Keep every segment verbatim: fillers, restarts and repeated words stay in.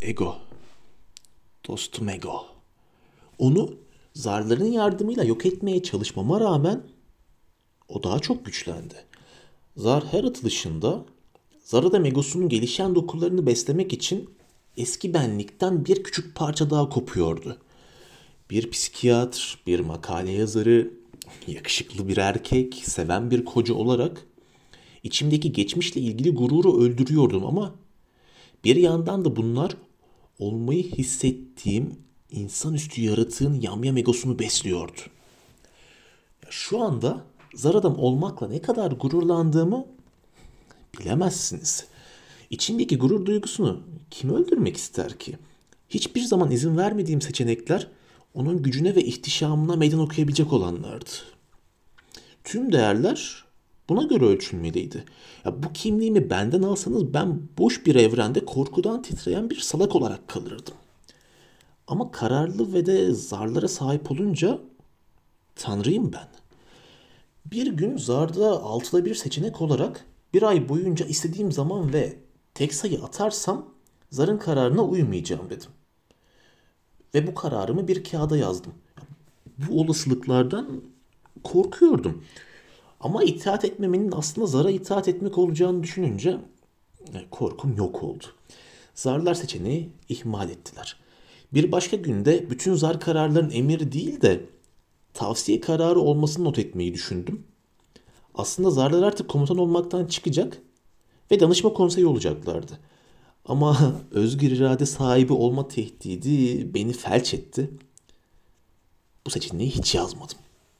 Ego. Dostum Ego. Onu zarların yardımıyla yok etmeye çalışmama rağmen o daha çok güçlendi. Zar her atılışında Zarada Megos'un gelişen dokularını beslemek için eski benlikten bir küçük parça daha kopuyordu. Bir psikiyatr, bir makale yazarı, yakışıklı bir erkek, seven bir koca olarak içimdeki geçmişle ilgili gururu öldürüyordum ama bir yandan da bunlar olmayı hissettiğim insanüstü yaratığın yamyam egosunu besliyordu. Şu anda zar adam olmakla ne kadar gururlandığımı bilemezsiniz. İçindeki gurur duygusunu kim öldürmek ister ki? Hiçbir zaman izin vermediğim seçenekler onun gücüne ve ihtişamına meydan okuyabilecek olanlardı. Tüm değerler buna göre ölçülmeliydi. Ya bu kimliğimi benden alsanız ben boş bir evrende korkudan titreyen bir salak olarak kalırdım. Ama kararlı ve de zarlara sahip olunca tanrıyım ben. Bir gün zarda altıda bir seçenek olarak bir ay boyunca istediğim zaman ve tek sayı atarsam zarın kararına uymayacağım dedim. Ve bu kararımı bir kağıda yazdım. Bu olasılıklardan korkuyordum. Ama itaat etmemenin aslında zara itaat etmek olacağını düşününce e, korkum yok oldu. Zarlar seçeneği ihmal ettiler. Bir başka günde bütün zar kararların emir değil de tavsiye kararı olmasını not etmeyi düşündüm. Aslında zarlar artık komutan olmaktan çıkacak ve danışma konseyi olacaklardı. Ama özgür irade sahibi olma tehdidi beni felç etti. Bu seçeneği hiç yazmadım.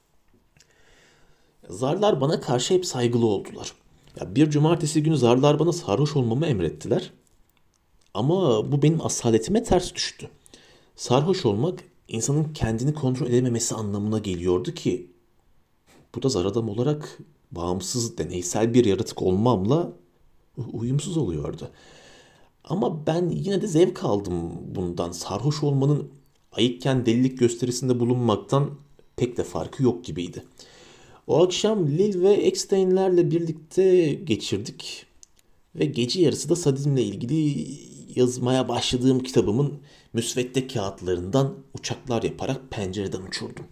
Zarlar bana karşı hep saygılı oldular. Ya bir cumartesi günü zarlar bana sarhoş olmamı emrettiler. Ama bu benim asaletime ters düştü. Sarhoş olmak insanın kendini kontrol edememesi anlamına geliyordu ki bu da zar adam olarak bağımsız, deneysel bir yaratık olmamla uyumsuz oluyordu. Ama ben yine de zevk aldım bundan. Sarhoş olmanın ayıkken delilik gösterisinde bulunmaktan pek de farkı yok gibiydi. O akşam Lil ve Eckstein'lerle birlikte geçirdik. Ve gece yarısı da sadizmle ilgili yazmaya başladığım kitabımın müsvedde kağıtlarından uçaklar yaparak pencereden uçurdum.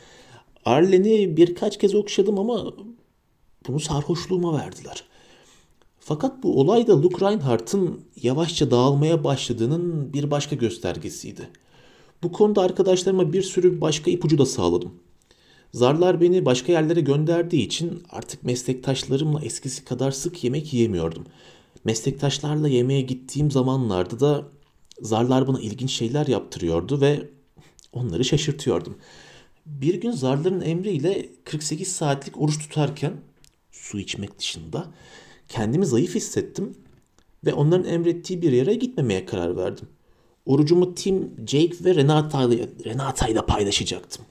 Arlen'i birkaç kez okşadım ama bunu sarhoşluğuma verdiler. Fakat bu olay da Luke Reinhardt'ın yavaşça dağılmaya başladığının bir başka göstergesiydi. Bu konuda arkadaşlarıma bir sürü başka ipucu da sağladım. Zarlar beni başka yerlere gönderdiği için artık meslektaşlarımla eskisi kadar sık yemek yiyemiyordum. Meslektaşlarla yemeğe gittiğim zamanlarda da zarlar bana ilginç şeyler yaptırıyordu ve onları şaşırtıyordum. Bir gün zarların emriyle kırk sekiz saatlik oruç tutarken su içmek dışında kendimi zayıf hissettim ve onların emrettiği bir yere gitmemeye karar verdim. Orucumu Tim, Jake ve Renata ile, Renata ile paylaşacaktım.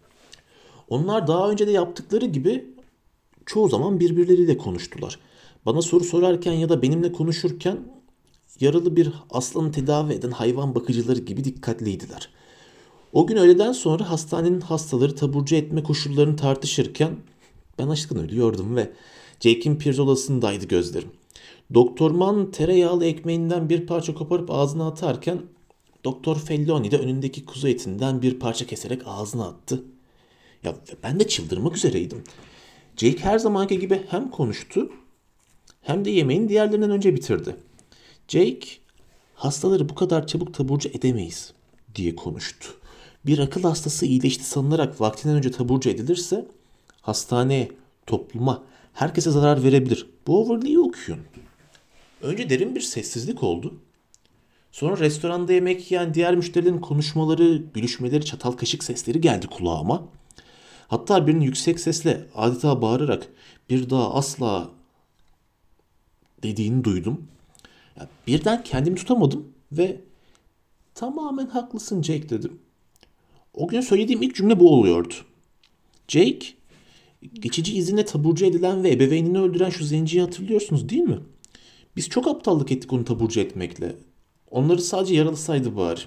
Onlar daha önce de yaptıkları gibi çoğu zaman birbirleriyle konuştular. Bana soru sorarken ya da benimle konuşurken yaralı bir aslanı tedavi eden hayvan bakıcıları gibi dikkatliydiler. O gün öğleden sonra hastanenin hastaları taburcu etme koşullarını tartışırken ben açlıktan ölüyordum ve Jake'in pirzolasındaydı gözlerim. Doktor Mann tereyağlı ekmeğinden bir parça koparıp ağzına atarken Doktor Felloni de önündeki kuzu etinden bir parça keserek ağzına attı. Ya ben de çıldırmak üzereydim. Jake her zamanki gibi hem konuştu hem de yemeğini diğerlerinden önce bitirdi. Jake, hastaları bu kadar çabuk taburcu edemeyiz diye konuştu. Bir akıl hastası iyileşti sanılarak vaktinden önce taburcu edilirse hastaneye, topluma, herkese zarar verebilir. Bu overlay'i okuyun. Önce derin bir sessizlik oldu. Sonra restoranda yemek yiyen diğer müşterilerin konuşmaları, gülüşmeleri, çatal kaşık sesleri geldi kulağıma. Hatta birinin yüksek sesle adeta bağırarak bir daha asla dediğini duydum. Ya birden kendimi tutamadım ve tamamen haklısın Jake dedim. O gün söylediğim ilk cümle bu oluyordu. Jake, geçici izinle taburcu edilen ve ebeveynini öldüren şu zenciyi hatırlıyorsunuz değil mi? Biz çok aptallık ettik onu taburcu etmekle. Onları sadece yaralısaydı bari.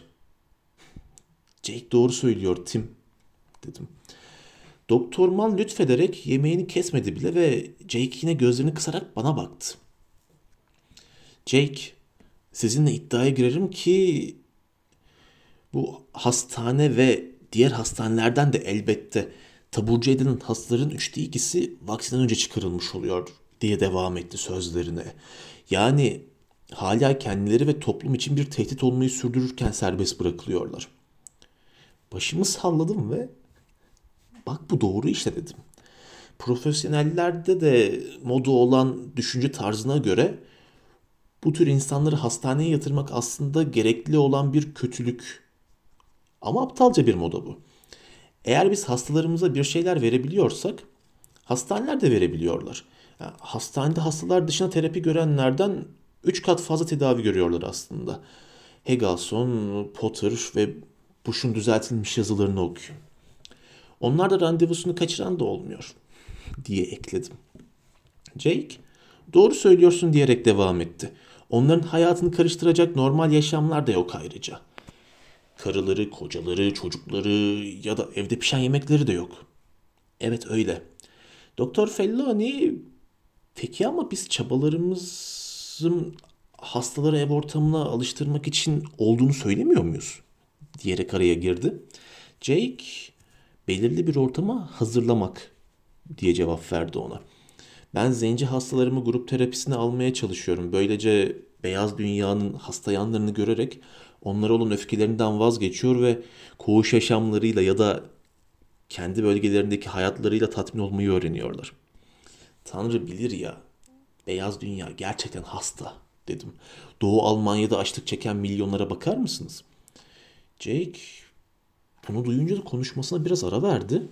Jake doğru söylüyor Tim dedim. Doktor Mann lütfederek yemeğini kesmedi bile ve Jake yine gözlerini kısarak bana baktı. Jake, Sizinle iddiaya girerim ki bu hastane ve diğer hastanelerden de elbette taburcu edilen hastaların üçte ikisi vaksinden önce çıkarılmış oluyor diye devam etti sözlerine. Yani hala kendileri ve toplum için bir tehdit olmayı sürdürürken serbest bırakılıyorlar. Başımı salladım ve bak bu doğru işte dedim. Profesyonellerde de moda olan düşünce tarzına göre bu tür insanları hastaneye yatırmak aslında gerekli olan bir kötülük. Ama aptalca bir moda bu. Eğer biz hastalarımıza bir şeyler verebiliyorsak hastaneler de verebiliyorlar. Yani hastanede hastalar dışında terapi görenlerden üç kat fazla tedavi görüyorlar aslında. Hegelson, Potter ve Bush'un düzeltilmiş yazılarını okuyun. Onlar da randevusunu kaçıran da olmuyor diye ekledim. Jake, doğru söylüyorsun diyerek devam etti. Onların hayatını karıştıracak normal yaşamlar da yok ayrıca. Karıları, kocaları, çocukları ya da evde pişen yemekleri de yok. Evet öyle. Doktor Felloni, peki ama biz çabalarımızın hastaları ev ortamına alıştırmak için olduğunu söylemiyor muyuz? Diyerek araya girdi. Jake, belirli bir ortama hazırlamak diye cevap verdi ona. Ben zenci hastalarımı grup terapisine almaya çalışıyorum. Böylece beyaz dünyanın hasta yanlarını görerek onlara olan öfkelerinden vazgeçiyor ve koğuş yaşamlarıyla ya da kendi bölgelerindeki hayatlarıyla tatmin olmayı öğreniyorlar. Tanrı bilir ya, beyaz dünya gerçekten hasta dedim. Doğu Almanya'da açlık çeken milyonlara bakar mısınız? Jake bunu duyunca da konuşmasına biraz ara verdi.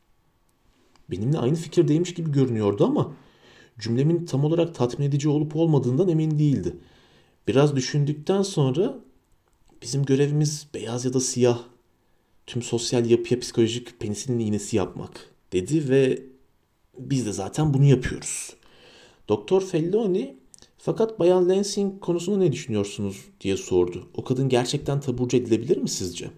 Benimle aynı fikirdeymiş gibi görünüyordu ama cümlemin tam olarak tatmin edici olup olmadığından emin değildi. Biraz düşündükten sonra bizim görevimiz beyaz ya da siyah tüm sosyal yapıya psikolojik penisilin iğnesi yapmak dedi ve biz de zaten bunu yapıyoruz. Doktor Felloni, fakat Bayan Lansing konusunda ne düşünüyorsunuz diye sordu. O kadın gerçekten taburcu edilebilir mi sizce?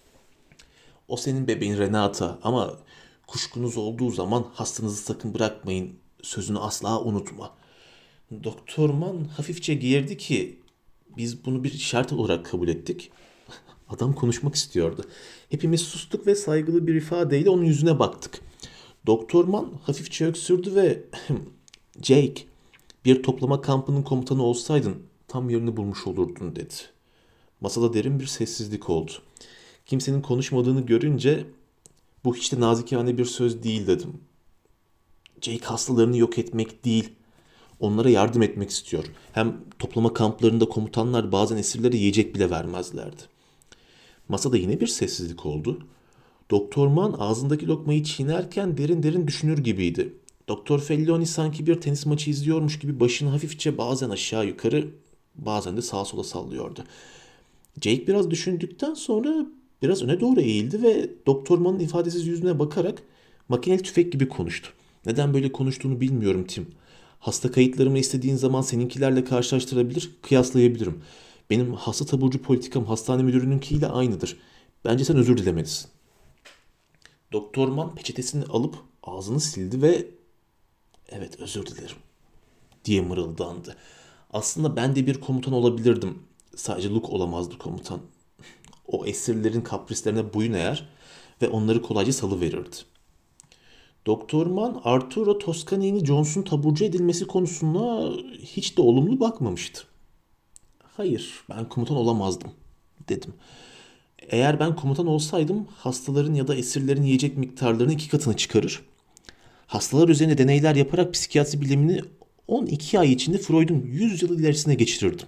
O senin bebeğin Renata ama kuşkunuz olduğu zaman hastanızı sakın bırakmayın. Sözünü asla unutma. Doktor Mann hafifçe giyirdi ki biz bunu bir şart olarak kabul ettik. Adam konuşmak istiyordu. Hepimiz sustuk ve saygılı bir ifadeyle onun yüzüne baktık. Doktor Mann hafifçe öksürdü ve Jake, bir toplama kampının komutanı olsaydın tam yerini bulmuş olurdun dedi. Masada derin bir sessizlik oldu. Kimsenin konuşmadığını görünce bu hiç de nazikane bir söz değil dedim. Jake hastalarını yok etmek değil, onlara yardım etmek istiyor. Hem toplama kamplarında komutanlar bazen esirlere yiyecek bile vermezlerdi. Masada yine bir sessizlik oldu. Doktor Mann ağzındaki lokmayı çiğnerken derin derin düşünür gibiydi. Doktor Felloni sanki bir tenis maçı izliyormuş gibi başını hafifçe bazen aşağı yukarı, bazen de sağa sola sallıyordu. Jake biraz düşündükten sonra biraz öne doğru eğildi ve Doktor Mann'ın ifadesiz yüzüne bakarak makineli tüfek gibi konuştu. Neden böyle konuştuğunu bilmiyorum Tim. Hasta kayıtlarımı istediğin zaman seninkilerle karşılaştırabilir, kıyaslayabilirim. Benim hasta taburcu politikam hastane müdürününkiyle aynıdır. Bence sen özür dilemelisin. Doktor Mann peçetesini alıp ağzını sildi ve evet özür dilerim diye mırıldandı. Aslında ben de bir komutan olabilirdim. Sadece Luke olamazdı komutan. O esirlerin kaprislerine boyun eğer ve onları kolayca salıverirdi. Doktor Mann, Arturo Toscanini Jones'un taburcu edilmesi konusuna hiç de olumlu bakmamıştı. Hayır, ben komutan olamazdım, dedim. Eğer ben komutan olsaydım hastaların ya da esirlerin yiyecek miktarlarını iki katına çıkarır. Hastalar üzerine deneyler yaparak psikiyatri bilimini on iki ay içinde Freud'un yüz yıl ilerisine geçirirdim.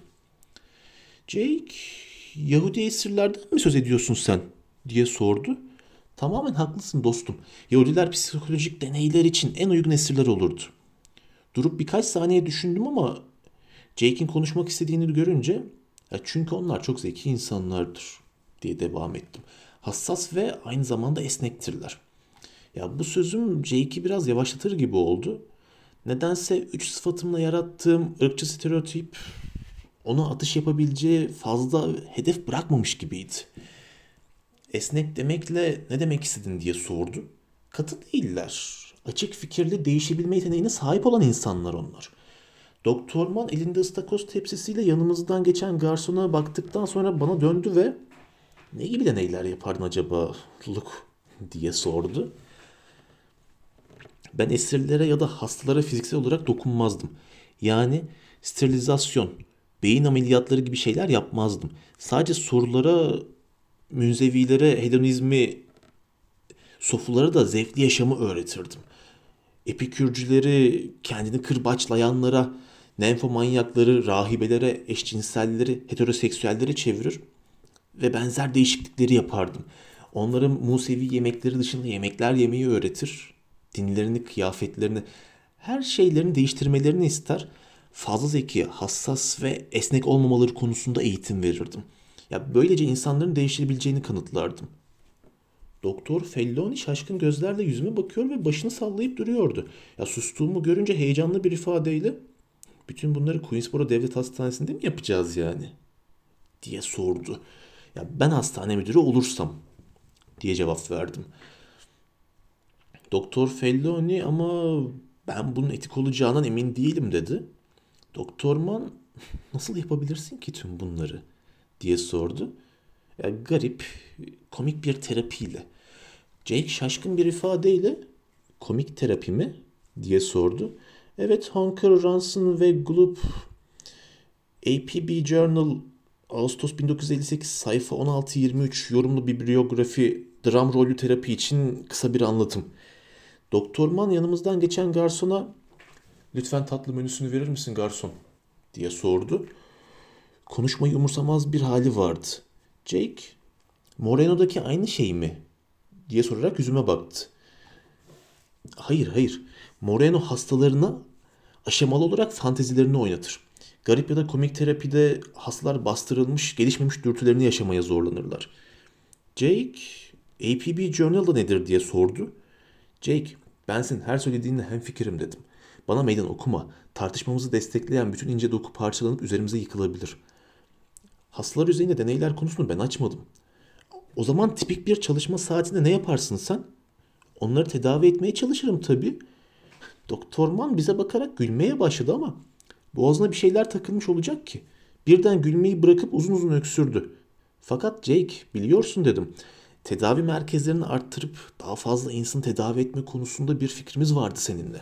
Jake, Yahudi esirlerden mi söz ediyorsun sen? Diye sordu. Tamamen haklısın dostum. Yahudiler psikolojik deneyler için en uygun esirler olurdu. Durup birkaç saniye düşündüm ama Jake'in konuşmak istediğini görünce ya çünkü onlar çok zeki insanlardır diye devam ettim. Hassas ve aynı zamanda esnektirler. Ya bu sözüm Jake'i biraz yavaşlatır gibi oldu. Nedense üç sıfatımla yarattığım ırkçı stereotip ona atış yapabileceği fazla hedef bırakmamış gibiydi. Esnek demekle ne demek istedin diye sordu. Katı değiller. Açık fikirli değişebilme yeteneğine sahip olan insanlar onlar. Doktorman elinde ıstakoz tepsisiyle yanımızdan geçen garsona baktıktan sonra bana döndü ve ne gibi deneyler yapardın acaba Luke diye sordu. Ben esirlere ya da hastalara fiziksel olarak dokunmazdım. Yani sterilizasyon, beyin ameliyatları gibi şeyler yapmazdım. Sadece sorulara, münzevilere, hedonizmi, sofulara da zevkli yaşamı öğretirdim. Epikürcüleri, kendini kırbaçlayanlara, nenfomanyakları, rahibelere, eşcinselleri, heteroseksüellere çevirir ve benzer değişiklikleri yapardım. Onların Musevi yemekleri dışında yemekler yemeyi öğretir. Dinlerini, kıyafetlerini, her şeylerini değiştirmelerini ister. Fazla zeki, hassas ve esnek olmamaları konusunda eğitim verirdim. Ya böylece insanların değişebileceğini kanıtlardım. Doktor Felloni şaşkın gözlerle yüzüme bakıyor ve başını sallayıp duruyordu. Ya sustuğumu görünce heyecanlı bir ifadeyle bütün bunları Queensboro Devlet Hastanesi'nde mi yapacağız yani? Diye sordu. Ya ben hastane müdürü olursam diye cevap verdim. Doktor Felloni ama ben bunun etik olacağından emin değilim dedi. Doktor Mann nasıl yapabilirsin ki tüm bunları diye sordu. Ya, garip, komik bir terapiyle. Jake şaşkın bir ifadeyle komik terapi mi diye sordu. Evet, Honker, Ronson ve Gloop A P B Journal Ağustos bin dokuz yüz elli sekiz sayfa on altı yirmi üç yorumlu bibliografi dram rollü terapi için kısa bir anlatım. Doktor Mann yanımızdan geçen garsona lütfen tatlı menüsünü verir misin garson diye sordu. Konuşmayı umursamaz bir hali vardı. Jake, Moreno'daki aynı şey mi diye sorarak yüzüme baktı. Hayır hayır. Moreno hastalarına aşamalı olarak fantezilerini oynatır. Garip ya da komik terapide hastalar bastırılmış, gelişmemiş dürtülerini yaşamaya zorlanırlar. Jake, A P B Journal'da nedir diye sordu. Jake, ben senin her söylediğinle hemfikirim dedim. Bana meydan okuma. Tartışmamızı destekleyen bütün ince doku parçalanıp üzerimize yıkılabilir. Hastalar üzerinde deneyler konusunu ben açmadım. O zaman tipik bir çalışma saatinde ne yaparsın sen? Onları tedavi etmeye çalışırım tabii. Doktor Mann bize bakarak gülmeye başladı ama boğazına bir şeyler takılmış olacak ki. Birden gülmeyi bırakıp uzun uzun öksürdü. Fakat Jake, biliyorsun dedim. Tedavi merkezlerini arttırıp daha fazla insanı tedavi etme konusunda bir fikrimiz vardı seninle.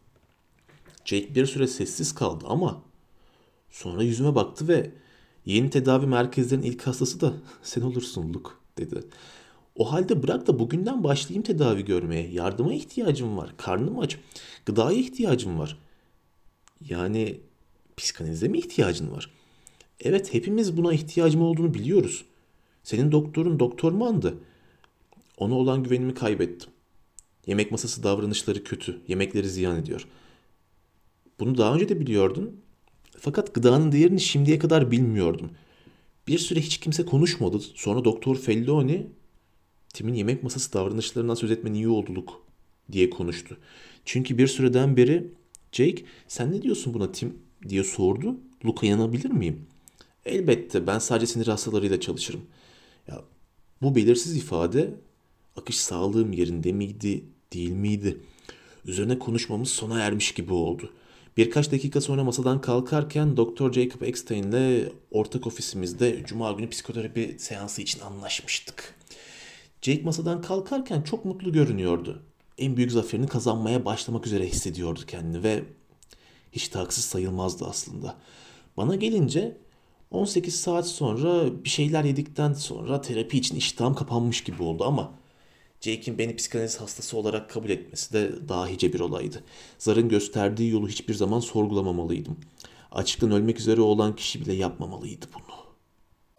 Jake bir süre sessiz kaldı ama sonra yüzüme baktı ve yeni tedavi merkezlerinin ilk hastası da sen olursun Luke dedi. O halde bırak da bugünden başlayayım tedavi görmeye. Yardıma ihtiyacım var. Karnım aç. Gıdaya ihtiyacım var. Yani psikanalize mi ihtiyacın var? Evet, hepimiz buna ihtiyacım olduğunu biliyoruz. Senin doktorun Doktor Mann'dı. Ona olan güvenimi kaybettim. Yemek masası davranışları kötü. Yemekleri ziyan ediyor. Bunu daha önce de biliyordun. Fakat gıdanın değerini şimdiye kadar bilmiyordum. Bir süre hiç kimse konuşmadı. Sonra Doktor Felloni, Tim'in yemek masası davranışlarından söz etmen iyi oldu Luke diye konuştu. Çünkü bir süreden beri Jake, sen ne diyorsun buna Tim diye sordu. Luke'a yanabilir miyim? Elbette, ben sadece sinir hastalarıyla çalışırım. Ya, bu belirsiz ifade akış sağlığım yerinde miydi, değil miydi? Üzerine konuşmamız sona ermiş gibi oldu. Birkaç dakika sonra masadan kalkarken Doktor Jacob Eckstein'le ortak ofisimizde Cuma günü psikoterapi seansı için anlaşmıştık. Jake masadan kalkarken çok mutlu görünüyordu. En büyük zaferini kazanmaya başlamak üzere hissediyordu kendini ve hiç de haksız sayılmazdı aslında. Bana gelince on sekiz saat sonra bir şeyler yedikten sonra terapi için iştahım kapanmış gibi oldu ama Jake'in beni psikanaliz hastası olarak kabul etmesi de dahice bir olaydı. Zar'ın gösterdiği yolu hiçbir zaman sorgulamamalıydım. Açlıktan ölmek üzere olan kişi bile yapmamalıydı bunu.